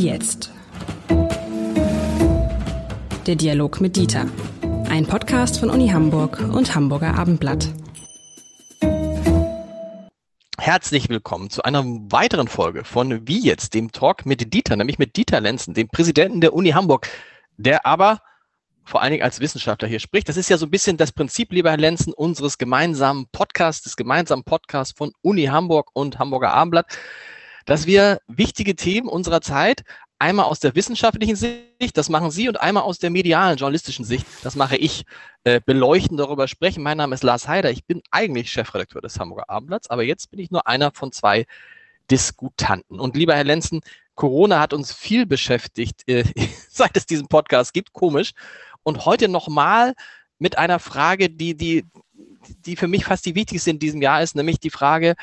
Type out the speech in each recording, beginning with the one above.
Wie jetzt? Der Dialog mit Dieter. Ein Podcast von Uni Hamburg und Hamburger Abendblatt. Herzlich willkommen zu einer weiteren Folge von Wie jetzt, dem Talk mit Dieter, nämlich mit Dieter Lenzen, dem Präsidenten der Uni Hamburg, der aber vor allen Dingen als Wissenschaftler hier spricht. Das ist ja so ein bisschen das Prinzip, lieber Herr Lenzen, unseres gemeinsamen Podcasts, des gemeinsamen Podcasts von Uni Hamburg und Hamburger Abendblatt, dass wir wichtige Themen unserer Zeit einmal aus der wissenschaftlichen Sicht, das machen Sie, und einmal aus der medialen, journalistischen Sicht, das mache ich, beleuchten, darüber sprechen. Mein Name ist Lars Heider, ich bin eigentlich Chefredakteur des Hamburger Abendblatts, aber jetzt bin ich nur einer von zwei Diskutanten. Und lieber Herr Lenzen, Corona hat uns viel beschäftigt, seit es diesen Podcast gibt, komisch. Und heute nochmal mit einer Frage, die für mich fast die wichtigste in diesem Jahr ist, nämlich die Frage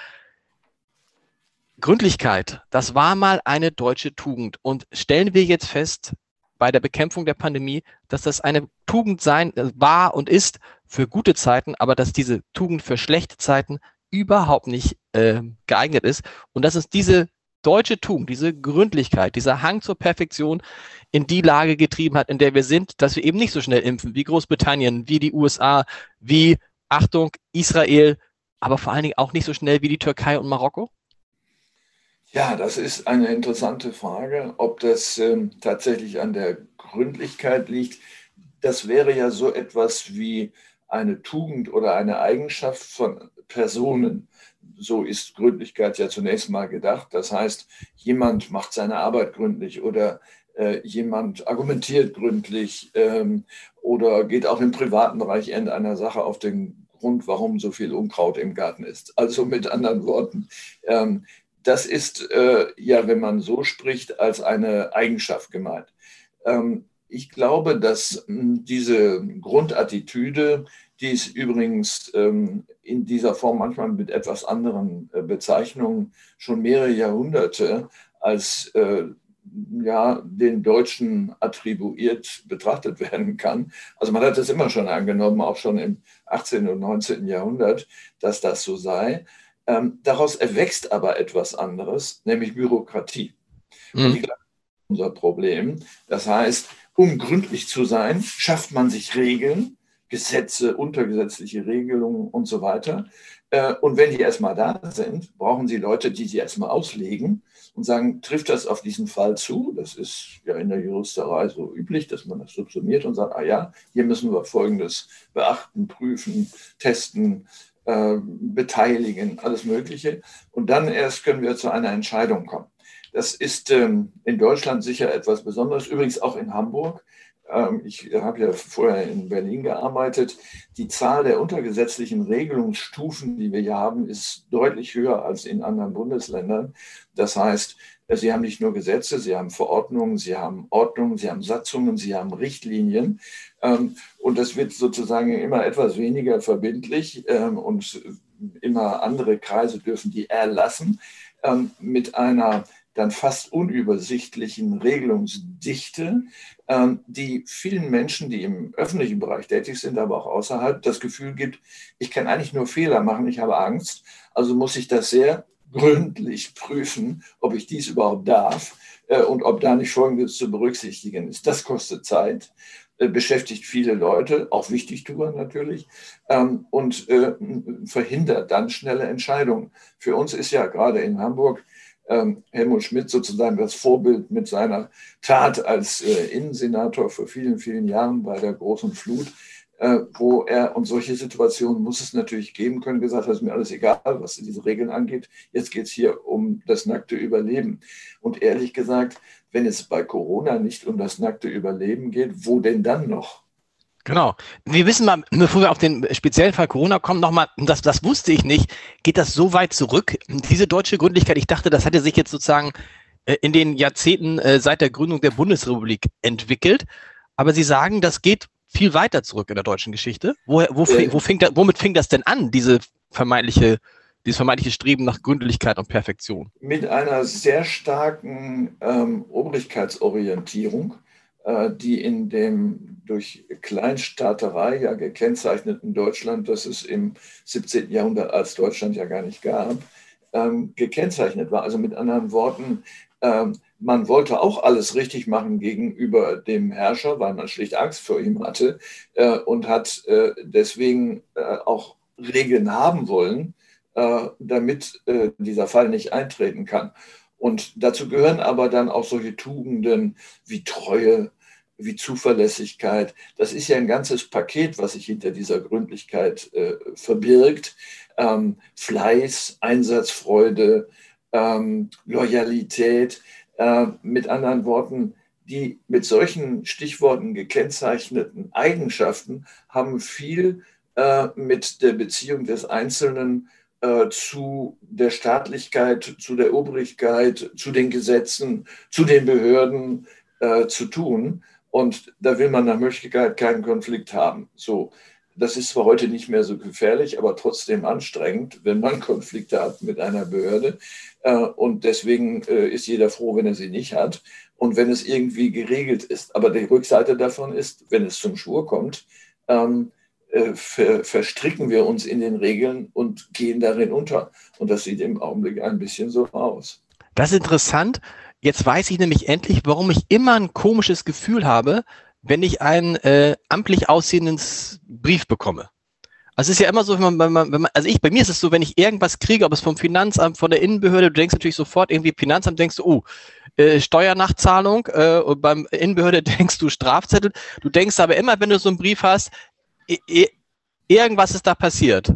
Gründlichkeit. Das war mal eine deutsche Tugend. Und stellen wir jetzt fest, bei der Bekämpfung der Pandemie, dass das eine Tugend sein war und ist für gute Zeiten, aber dass diese Tugend für schlechte Zeiten überhaupt nicht geeignet ist. Und dass es diese deutsche Tugend, diese Gründlichkeit, dieser Hang zur Perfektion in die Lage getrieben hat, in der wir sind, dass wir eben nicht so schnell impfen wie Großbritannien, wie die USA, wie, Achtung, Israel, aber vor allen Dingen auch nicht so schnell wie die Türkei und Marokko? Ja, das ist eine interessante Frage, ob das tatsächlich an der Gründlichkeit liegt. Das wäre ja so etwas wie eine Tugend oder eine Eigenschaft von Personen. So ist Gründlichkeit ja zunächst mal gedacht. Das heißt, jemand macht seine Arbeit gründlich oder jemand argumentiert gründlich oder geht auch im privaten Bereich irgendeiner Sache auf den Grund, warum so viel Unkraut im Garten ist. Also mit anderen Worten, das ist ja, wenn man so spricht, als eine Eigenschaft gemeint. Ich glaube, dass diese Grundattitüde, die es übrigens in dieser Form manchmal mit etwas anderen Bezeichnungen schon mehrere Jahrhunderte als den Deutschen attribuiert betrachtet werden kann. Also man hat das immer schon angenommen, auch schon im 18. und 19. Jahrhundert, dass das so sei. Daraus erwächst aber etwas anderes, nämlich Bürokratie. Und ich glaube, das ist unser Problem. Das heißt, um gründlich zu sein, schafft man sich Regeln, Gesetze, untergesetzliche Regelungen und so weiter. Und wenn die erstmal da sind, brauchen sie Leute, die sie erstmal auslegen und sagen, trifft das auf diesen Fall zu? Das ist ja in der Juristerei so üblich, dass man das subsumiert und sagt, hier müssen wir Folgendes beachten, prüfen, testen, beteiligen, alles Mögliche. Und dann erst können wir zu einer Entscheidung kommen. Das ist in Deutschland sicher etwas Besonderes, übrigens auch in Hamburg. Ich habe ja vorher in Berlin gearbeitet. Die Zahl der untergesetzlichen Regelungsstufen, die wir hier haben, ist deutlich höher als in anderen Bundesländern. Das heißt, Sie haben nicht nur Gesetze, Sie haben Verordnungen, Sie haben Ordnungen, Sie haben Satzungen, Sie haben Richtlinien. Und das wird sozusagen immer etwas weniger verbindlich und immer andere Kreise dürfen die erlassen mit einer dann fast unübersichtlichen Regelungsdichte, die vielen Menschen, die im öffentlichen Bereich tätig sind, aber auch außerhalb, das Gefühl gibt, ich kann eigentlich nur Fehler machen, ich habe Angst, also muss ich das sehr gründlich prüfen, ob ich dies überhaupt darf und ob da nicht Folgendes zu berücksichtigen ist. Das kostet Zeit, beschäftigt viele Leute, auch Wichtigtuer natürlich, und verhindert dann schnelle Entscheidungen. Für uns ist ja gerade in Hamburg Helmut Schmidt sozusagen das Vorbild mit seiner Tat als Innensenator vor vielen, vielen Jahren bei der großen Flut, wo er, und solche Situationen muss es natürlich geben können, gesagt hat, ist mir alles egal, was diese Regeln angeht, jetzt geht es hier um das nackte Überleben. Und ehrlich gesagt, wenn es bei Corona nicht um das nackte Überleben geht, wo denn dann noch? Genau. Wir wissen mal, bevor wir auf den speziellen Fall Corona kommen, nochmal, das wusste ich nicht, geht das so weit zurück? Diese deutsche Gründlichkeit, ich dachte, das hatte sich jetzt sozusagen in den Jahrzehnten seit der Gründung der Bundesrepublik entwickelt. Aber Sie sagen, das geht viel weiter zurück in der deutschen Geschichte. Womit fing das denn an, dieses vermeintliche Streben nach Gründlichkeit und Perfektion? Mit einer sehr starken Obrigkeitsorientierung, die in dem durch Kleinstaaterei ja gekennzeichneten Deutschland, das es im 17. Jahrhundert als Deutschland ja gar nicht gab, gekennzeichnet war. Also mit anderen Worten, Man wollte auch alles richtig machen gegenüber dem Herrscher, weil man schlicht Angst vor ihm hatte und hat deswegen auch Regeln haben wollen, damit dieser Fall nicht eintreten kann. Und dazu gehören aber dann auch solche Tugenden wie Treue, wie Zuverlässigkeit. Das ist ja ein ganzes Paket, was sich hinter dieser Gründlichkeit verbirgt. Fleiß, Einsatzfreude, Loyalität, mit anderen Worten, die mit solchen Stichworten gekennzeichneten Eigenschaften haben viel mit der Beziehung des Einzelnen zu der Staatlichkeit, zu der Obrigkeit, zu den Gesetzen, zu den Behörden zu tun. Und da will man nach Möglichkeit keinen Konflikt haben. So, das ist zwar heute nicht mehr so gefährlich, aber trotzdem anstrengend, wenn man Konflikte hat mit einer Behörde. Und deswegen ist jeder froh, wenn er sie nicht hat und wenn es irgendwie geregelt ist. Aber die Rückseite davon ist, wenn es zum Schwur kommt, verstricken wir uns in den Regeln und gehen darin unter. Und das sieht im Augenblick ein bisschen so aus. Das ist interessant. Jetzt weiß ich nämlich endlich, warum ich immer ein komisches Gefühl habe, wenn ich einen amtlich aussehenden Brief bekomme. Also es ist ja immer so, wenn man, bei mir ist es so, wenn ich irgendwas kriege, ob es vom Finanzamt, von der Innenbehörde, du denkst natürlich sofort irgendwie Finanzamt, denkst du, Steuernachzahlung, und beim Innenbehörde denkst du Strafzettel. Du denkst aber immer, wenn du so einen Brief hast, irgendwas ist da passiert.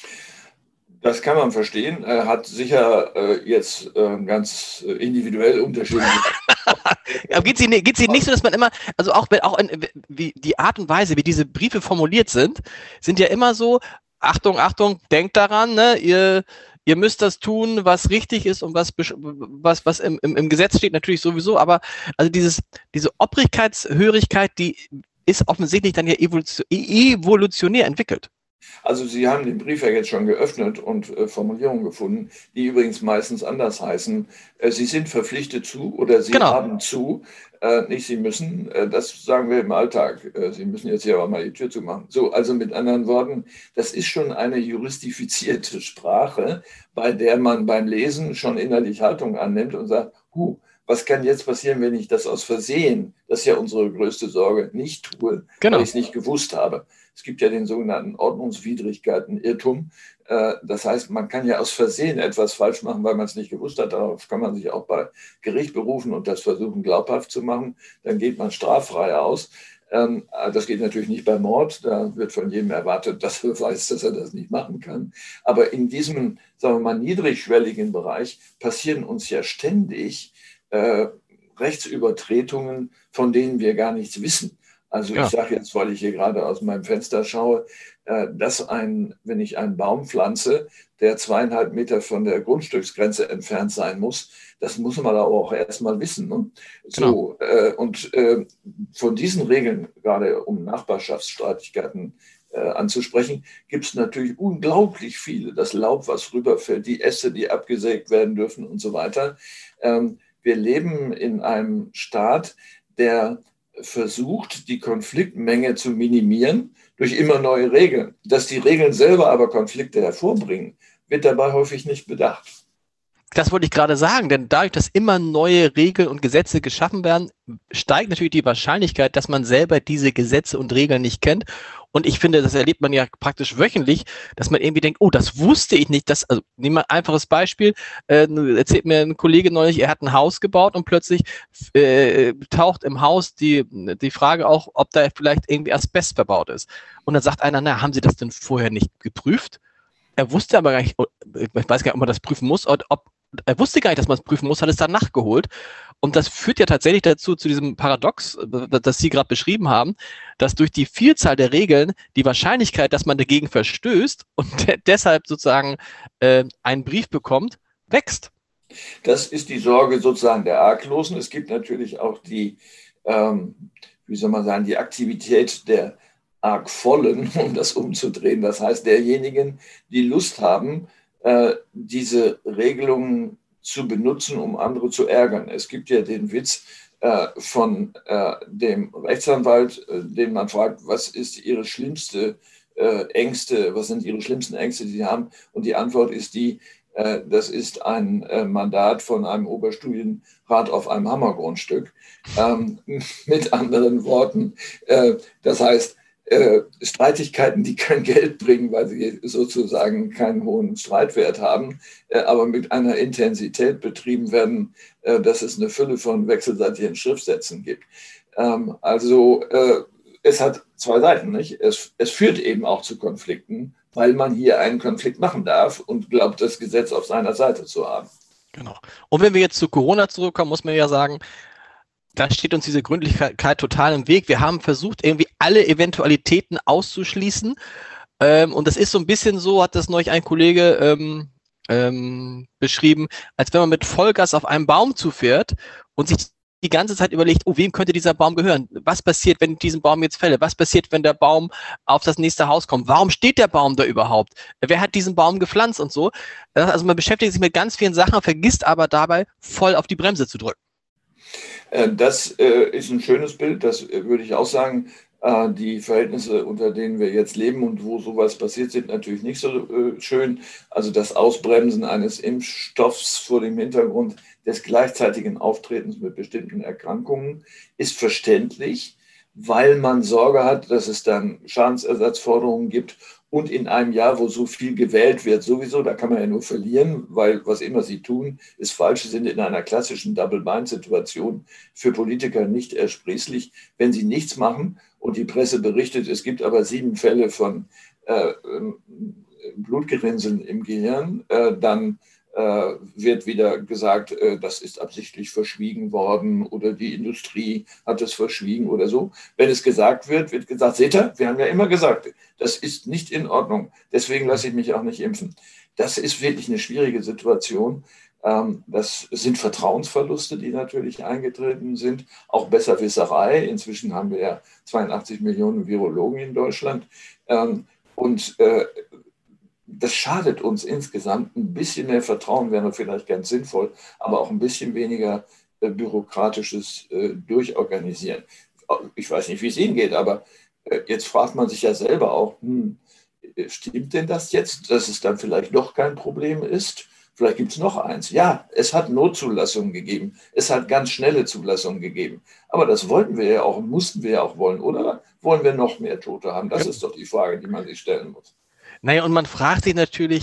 Das kann man verstehen. Hat sicher jetzt ganz individuell unterschiedlich. Aber geht's Ihnen nicht so, dass man immer, also wie die Art und Weise, wie diese Briefe formuliert sind ja immer so, Achtung, Achtung, denkt daran, ne, ihr müsst das tun, was richtig ist und was im Gesetz steht natürlich sowieso, aber also diese Obrigkeitshörigkeit, die ist offensichtlich dann ja evolutionär entwickelt. Also Sie haben den Brief ja jetzt schon geöffnet und Formulierungen gefunden, die übrigens meistens anders heißen. Sie sind verpflichtet zu oder Sie haben zu, nicht Sie müssen, das sagen wir im Alltag. Sie müssen jetzt hier aber mal die Tür zumachen. So, also mit anderen Worten, das ist schon eine juristifizierte Sprache, bei der man beim Lesen schon innerlich Haltung annimmt und sagt, was kann jetzt passieren, wenn ich das aus Versehen, das ist ja unsere größte Sorge, nicht tue, weil ich es nicht gewusst habe. Es gibt ja den sogenannten Ordnungswidrigkeiten-Irrtum. Das heißt, man kann ja aus Versehen etwas falsch machen, weil man es nicht gewusst hat. Darauf kann man sich auch bei Gericht berufen und das versuchen glaubhaft zu machen. Dann geht man straffrei aus. Das geht natürlich nicht bei Mord. Da wird von jedem erwartet, dass er weiß, dass er das nicht machen kann. Aber in diesem, sagen wir mal, niedrigschwelligen Bereich passieren uns ja ständig Rechtsübertretungen, von denen wir gar nichts wissen. Also ich sage jetzt, weil ich hier gerade aus meinem Fenster schaue, dass wenn ich einen Baum pflanze, der 2,5 Meter von der Grundstücksgrenze entfernt sein muss, das muss man aber auch erstmal wissen. Ne? So, und von diesen Regeln, gerade um Nachbarschaftsstreitigkeiten anzusprechen, gibt es natürlich unglaublich viele. Das Laub, was rüberfällt, die Äste, die abgesägt werden dürfen und so weiter. Wir leben in einem Staat, der versucht, die Konfliktmenge zu minimieren durch immer neue Regeln. Dass die Regeln selber aber Konflikte hervorbringen, wird dabei häufig nicht bedacht. Das wollte ich gerade sagen, denn dadurch, dass immer neue Regeln und Gesetze geschaffen werden, steigt natürlich die Wahrscheinlichkeit, dass man selber diese Gesetze und Regeln nicht kennt. Und ich finde, das erlebt man ja praktisch wöchentlich, dass man irgendwie denkt, das wusste ich nicht. Also nehmen wir ein einfaches Beispiel, erzählt mir ein Kollege neulich, er hat ein Haus gebaut und plötzlich taucht im Haus die Frage auch, ob da vielleicht irgendwie Asbest verbaut ist. Und dann sagt einer, haben Sie das denn vorher nicht geprüft? Er wusste aber gar nicht, ich weiß gar nicht, ob man das prüfen muss, er wusste gar nicht, dass man es prüfen muss, hat es dann nachgeholt. Und das führt ja tatsächlich dazu, zu diesem Paradox, das Sie gerade beschrieben haben, dass durch die Vielzahl der Regeln die Wahrscheinlichkeit, dass man dagegen verstößt und deshalb sozusagen einen Brief bekommt, wächst. Das ist die Sorge sozusagen der Arglosen. Es gibt natürlich auch die, wie soll man sagen, die Aktivität der Argvollen, um das umzudrehen. Das heißt, derjenigen, die Lust haben, diese Regelungen zu benutzen, um andere zu ärgern. Es gibt ja den Witz von dem Rechtsanwalt, den man fragt, was ist Ihre schlimmste Ängste, was sind Ihre schlimmsten Ängste, die Sie haben? Und die Antwort ist die, Das ist ein Mandat von einem Oberstudienrat auf einem Hammergrundstück. Mit anderen Worten, das heißt, Streitigkeiten, die kein Geld bringen, weil sie sozusagen keinen hohen Streitwert haben, aber mit einer Intensität betrieben werden, dass es eine Fülle von wechselseitigen Schriftsätzen gibt. Es hat zwei Seiten, nicht? Es führt eben auch zu Konflikten, weil man hier einen Konflikt machen darf und glaubt, das Gesetz auf seiner Seite zu haben. Genau. Und wenn wir jetzt zu Corona zurückkommen, muss man ja sagen, da steht uns diese Gründlichkeit total im Weg. Wir haben versucht, irgendwie alle Eventualitäten auszuschließen. Und das ist so ein bisschen so, hat das neulich ein Kollege beschrieben, als wenn man mit Vollgas auf einem Baum zufährt und sich die ganze Zeit überlegt, oh, wem könnte dieser Baum gehören? Was passiert, wenn ich diesen Baum jetzt fälle? Was passiert, wenn der Baum auf das nächste Haus kommt? Warum steht der Baum da überhaupt? Wer hat diesen Baum gepflanzt und so? Also man beschäftigt sich mit ganz vielen Sachen, vergisst aber dabei, voll auf die Bremse zu drücken. Das ist ein schönes Bild, das würde ich auch sagen. Die Verhältnisse, unter denen wir jetzt leben und wo sowas passiert, sind natürlich nicht so schön. Also das Ausbremsen eines Impfstoffs vor dem Hintergrund des gleichzeitigen Auftretens mit bestimmten Erkrankungen ist verständlich, weil man Sorge hat, dass es dann Schadensersatzforderungen gibt. Und in einem Jahr, wo so viel gewählt wird, sowieso, da kann man ja nur verlieren, weil was immer sie tun, ist falsch. Sie sind in einer klassischen Double-Bind-Situation für Politiker nicht ersprießlich, wenn sie nichts machen und die Presse berichtet, es gibt aber 7 Fälle von Blutgerinnseln im Gehirn, dann wird wieder gesagt, das ist absichtlich verschwiegen worden oder die Industrie hat es verschwiegen oder so. Wenn es gesagt wird, wird gesagt, seht ihr, wir haben ja immer gesagt, das ist nicht in Ordnung, deswegen lasse ich mich auch nicht impfen. Das ist wirklich eine schwierige Situation. Das sind Vertrauensverluste, die natürlich eingetreten sind, auch Besserwisserei. Inzwischen haben wir ja 82 Millionen Virologen in Deutschland. Das schadet uns insgesamt. Ein bisschen mehr Vertrauen wäre vielleicht ganz sinnvoll, aber auch ein bisschen weniger bürokratisches Durchorganisieren. Ich weiß nicht, wie es Ihnen geht, aber jetzt fragt man sich ja selber auch, stimmt denn das jetzt, dass es dann vielleicht doch kein Problem ist? Vielleicht gibt es noch eins. Ja, es hat Notzulassungen gegeben. Es hat ganz schnelle Zulassungen gegeben. Aber das wollten wir ja auch und mussten wir ja auch wollen. Oder wollen wir noch mehr Tote haben? Das ist doch die Frage, die man sich stellen muss. Naja, und man fragt sich natürlich,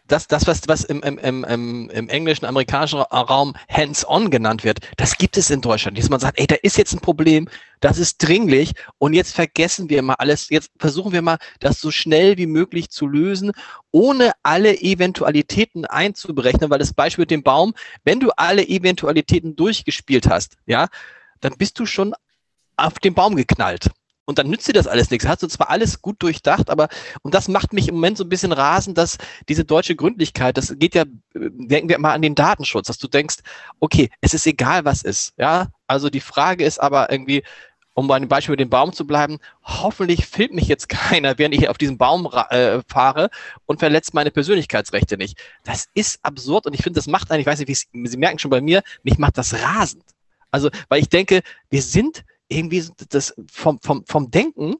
was im englischen, amerikanischen Raum hands-on genannt wird, das gibt es in Deutschland. Dass man sagt, ey, da ist jetzt ein Problem, das ist dringlich und jetzt vergessen wir mal alles, jetzt versuchen wir mal, das so schnell wie möglich zu lösen, ohne alle Eventualitäten einzuberechnen, weil das Beispiel mit dem Baum, wenn du alle Eventualitäten durchgespielt hast, ja, dann bist du schon auf den Baum geknallt. Und dann nützt dir das alles nichts. Hast du zwar alles gut durchdacht, aber, und das macht mich im Moment so ein bisschen rasend, dass diese deutsche Gründlichkeit, das geht ja, denken wir mal an den Datenschutz, dass du denkst, okay, es ist egal, was ist, ja. Also die Frage ist aber irgendwie, um bei dem Beispiel mit dem Baum zu bleiben, hoffentlich filmt mich jetzt keiner, während ich auf diesen Baum fahre und verletzt meine Persönlichkeitsrechte nicht. Das ist absurd und ich finde, das macht einen, ich weiß nicht, Sie merken schon bei mir, mich macht das rasend. Also, weil ich denke, wir sind irgendwie das vom Denken,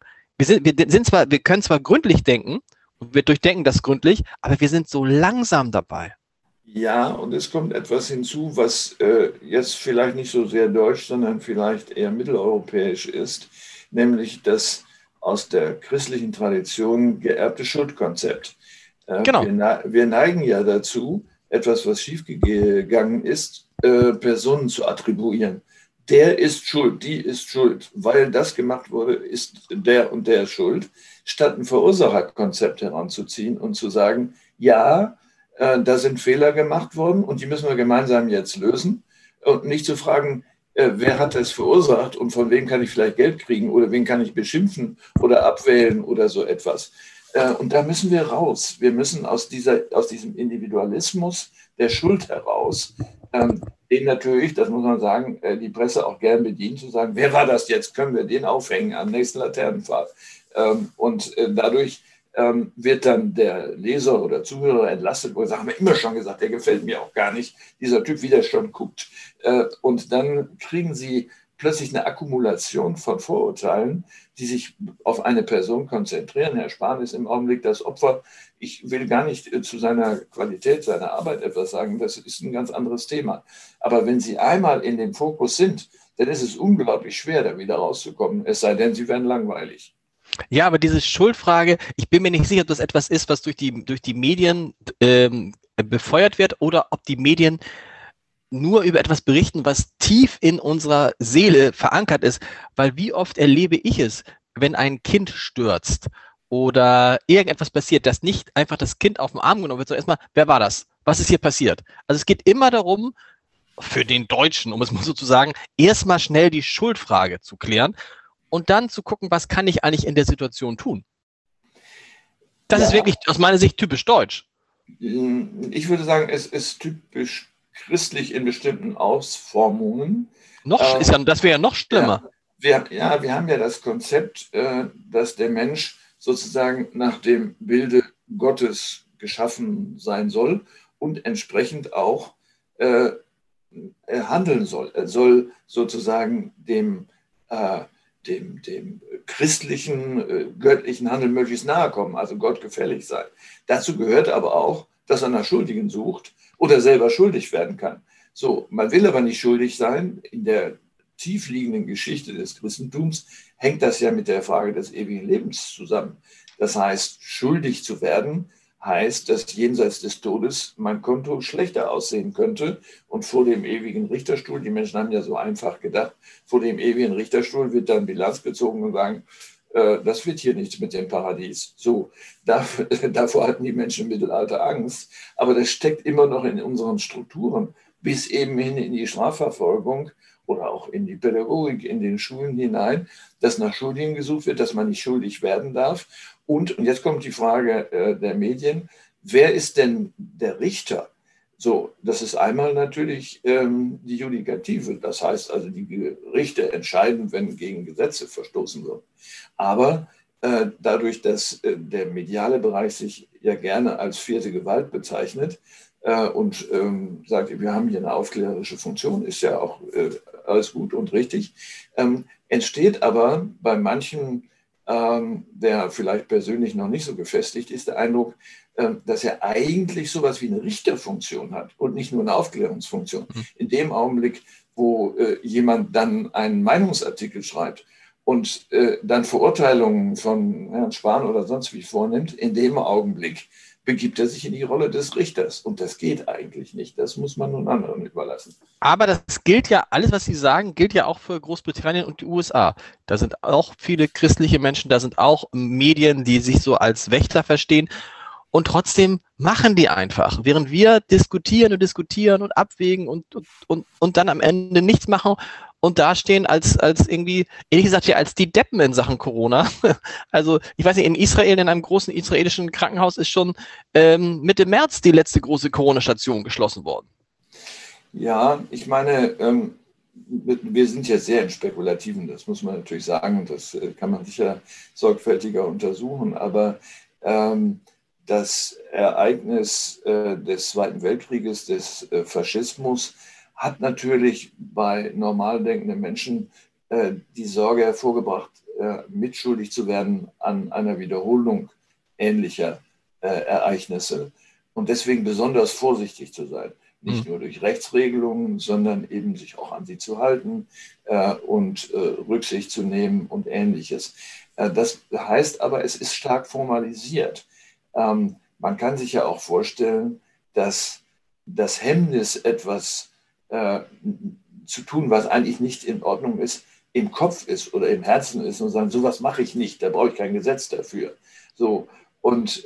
wir können zwar gründlich denken und wir durchdenken das gründlich, aber wir sind so langsam dabei. Ja, und es kommt etwas hinzu, was jetzt vielleicht nicht so sehr deutsch, sondern vielleicht eher mitteleuropäisch ist, nämlich das aus der christlichen Tradition geerbte Schuldkonzept. Genau. Wir neigen ja dazu, etwas, was schiefgegangen ist, Personen zu attribuieren. Der ist schuld, die ist schuld, weil das gemacht wurde, ist der und der schuld, statt ein Verursacherkonzept heranzuziehen und zu sagen, ja, da sind Fehler gemacht worden und die müssen wir gemeinsam jetzt lösen und nicht zu fragen, wer hat das verursacht und von wem kann ich vielleicht Geld kriegen oder wen kann ich beschimpfen oder abwählen oder so etwas. Und da müssen wir raus. Wir müssen aus diesem Individualismus der Schuld heraus, den natürlich, das muss man sagen, die Presse auch gern bedient, zu sagen, wer war das jetzt? Können wir den aufhängen am nächsten Laternenpfahl? Dadurch wird dann der Leser oder Zuhörer entlastet, wo er sagt, haben wir immer schon gesagt, der gefällt mir auch gar nicht, dieser Typ, wie der schon guckt. Und dann kriegen sie plötzlich eine Akkumulation von Vorurteilen, die sich auf eine Person konzentrieren. Herr Spahn ist im Augenblick das Opfer. Ich will gar nicht zu seiner Qualität, seiner Arbeit etwas sagen. Das ist ein ganz anderes Thema. Aber wenn Sie einmal in dem Fokus sind, dann ist es unglaublich schwer, da wieder rauszukommen. Es sei denn, Sie werden langweilig. Ja, aber diese Schuldfrage, ich bin mir nicht sicher, ob das etwas ist, was durch die Medien befeuert wird oder ob die Medien nur über etwas berichten, was tief in unserer Seele verankert ist. Weil wie oft erlebe ich es, wenn ein Kind stürzt oder irgendetwas passiert, dass nicht einfach das Kind auf den Arm genommen wird, sondern erstmal, wer war das? Was ist hier passiert? Also es geht immer darum, für den Deutschen, um es mal so zu sagen, erstmal schnell die Schuldfrage zu klären und dann zu gucken, was kann ich eigentlich in der Situation tun. Das ist wirklich aus meiner Sicht typisch deutsch. Ich würde sagen, es ist typisch christlich in bestimmten Ausformungen. Das wäre ja noch schlimmer. Wir haben ja das Konzept, dass der Mensch sozusagen nach dem Bilde Gottes geschaffen sein soll und entsprechend auch handeln soll. Er soll sozusagen dem christlichen, göttlichen Handeln möglichst nahe kommen, also Gott gefällig sein. Dazu gehört aber auch, dass er nach Schuldigen sucht oder selber schuldig werden kann. So, man will aber nicht schuldig sein. In der tiefliegenden Geschichte des Christentums hängt das ja mit der Frage des ewigen Lebens zusammen. Das heißt, schuldig zu werden heißt, dass jenseits des Todes mein Konto schlechter aussehen könnte und vor dem ewigen Richterstuhl, die Menschen haben ja so einfach gedacht, vor dem ewigen Richterstuhl wird dann Bilanz gezogen und sagen, das wird hier nichts mit dem Paradies. So, davor hatten die Menschen im Mittelalter Angst, aber das steckt immer noch in unseren Strukturen, bis eben hin in die Strafverfolgung oder auch in die Pädagogik, in den Schulen hinein, dass nach Schuldigen gesucht wird, dass man nicht schuldig werden darf. Und jetzt kommt die Frage der Medien, wer ist denn der Richter? So, das ist einmal natürlich die Judikative, das heißt also die Gerichte entscheiden, wenn gegen Gesetze verstoßen wird. Aber dadurch, dass der mediale Bereich sich ja gerne als vierte Gewalt bezeichnet und sagt, wir haben hier eine aufklärerische Funktion, ist ja auch alles gut und richtig, entsteht aber bei manchen, der vielleicht persönlich noch nicht so gefestigt ist, der Eindruck, dass er eigentlich sowas wie eine Richterfunktion hat und nicht nur eine Aufklärungsfunktion. In dem Augenblick, wo jemand dann einen Meinungsartikel schreibt und dann Verurteilungen von Herrn Spahn oder sonst wie vornimmt, in dem Augenblick begibt er sich in die Rolle des Richters. Und das geht eigentlich nicht. Das muss man nun anderen überlassen. Aber das gilt ja, alles, was Sie sagen, gilt ja auch für Großbritannien und die USA. Da sind auch viele christliche Menschen, da sind auch Medien, die sich so als Wächter verstehen. Und trotzdem machen die einfach. Während wir diskutieren und abwägen und dann am Ende nichts machen und dastehen als irgendwie, ehrlich gesagt, ja, als die Deppen in Sachen Corona. Also, ich weiß nicht, in Israel, in einem großen israelischen Krankenhaus ist schon Mitte März die letzte große Corona-Station geschlossen worden. Ja, ich meine, wir sind ja sehr im Spekulativen, das muss man natürlich sagen, und das kann man sicher sorgfältiger untersuchen, aber das Ereignis des Zweiten Weltkrieges, des Faschismus, hat natürlich bei normal denkenden Menschen die Sorge hervorgebracht, mitschuldig zu werden an einer Wiederholung ähnlicher Ereignisse und deswegen besonders vorsichtig zu sein. Nicht nur durch Rechtsregelungen, sondern eben sich auch an sie zu halten und Rücksicht zu nehmen und Ähnliches. Das heißt aber, es ist stark formalisiert. Man kann sich ja auch vorstellen, dass das Hemmnis, etwas zu tun, was eigentlich nicht in Ordnung ist, im Kopf ist oder im Herzen ist und sagen, sowas mache ich nicht, da brauche ich kein Gesetz dafür. So, und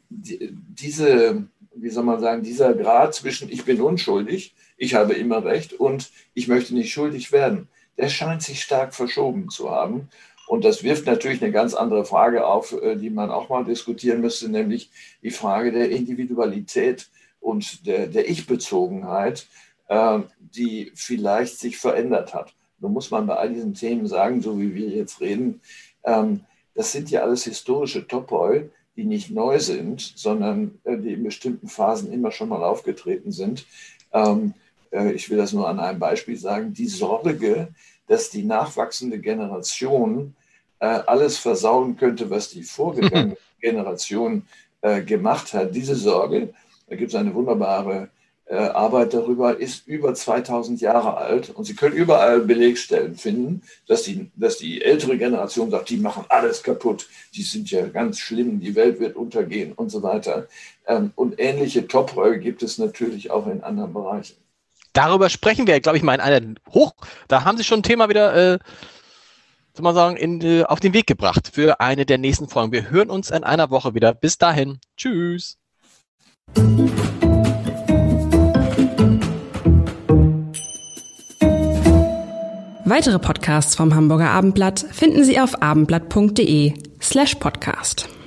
wie soll man sagen, dieser Grad zwischen ich bin unschuldig, ich habe immer recht und ich möchte nicht schuldig werden, der scheint sich stark verschoben zu haben. Und das wirft natürlich eine ganz andere Frage auf, die man auch mal diskutieren müsste, nämlich die Frage der Individualität und der Ich-Bezogenheit, die vielleicht sich verändert hat. Nun muss man bei all diesen Themen sagen, so wie wir jetzt reden, das sind ja alles historische Topoi, die nicht neu sind, sondern die in bestimmten Phasen immer schon mal aufgetreten sind. ich will das nur an einem Beispiel sagen, die Sorge, dass die nachwachsende Generation alles versauen könnte, was die vorgegangene Generation gemacht hat. Diese Sorge, da gibt es eine wunderbare Arbeit darüber, ist über 2000 Jahre alt und Sie können überall Belegstellen finden, dass die ältere Generation sagt, die machen alles kaputt, die sind ja ganz schlimm, die Welt wird untergehen und so weiter. Und ähnliche Topoi gibt es natürlich auch in anderen Bereichen. Darüber sprechen wir, glaube ich, mal in einer da haben Sie schon ein Thema wieder soll man sagen, auf den Weg gebracht für eine der nächsten Folgen. Wir hören uns in einer Woche wieder. Bis dahin. Tschüss. Weitere Podcasts vom Hamburger Abendblatt finden Sie auf abendblatt.de/podcast.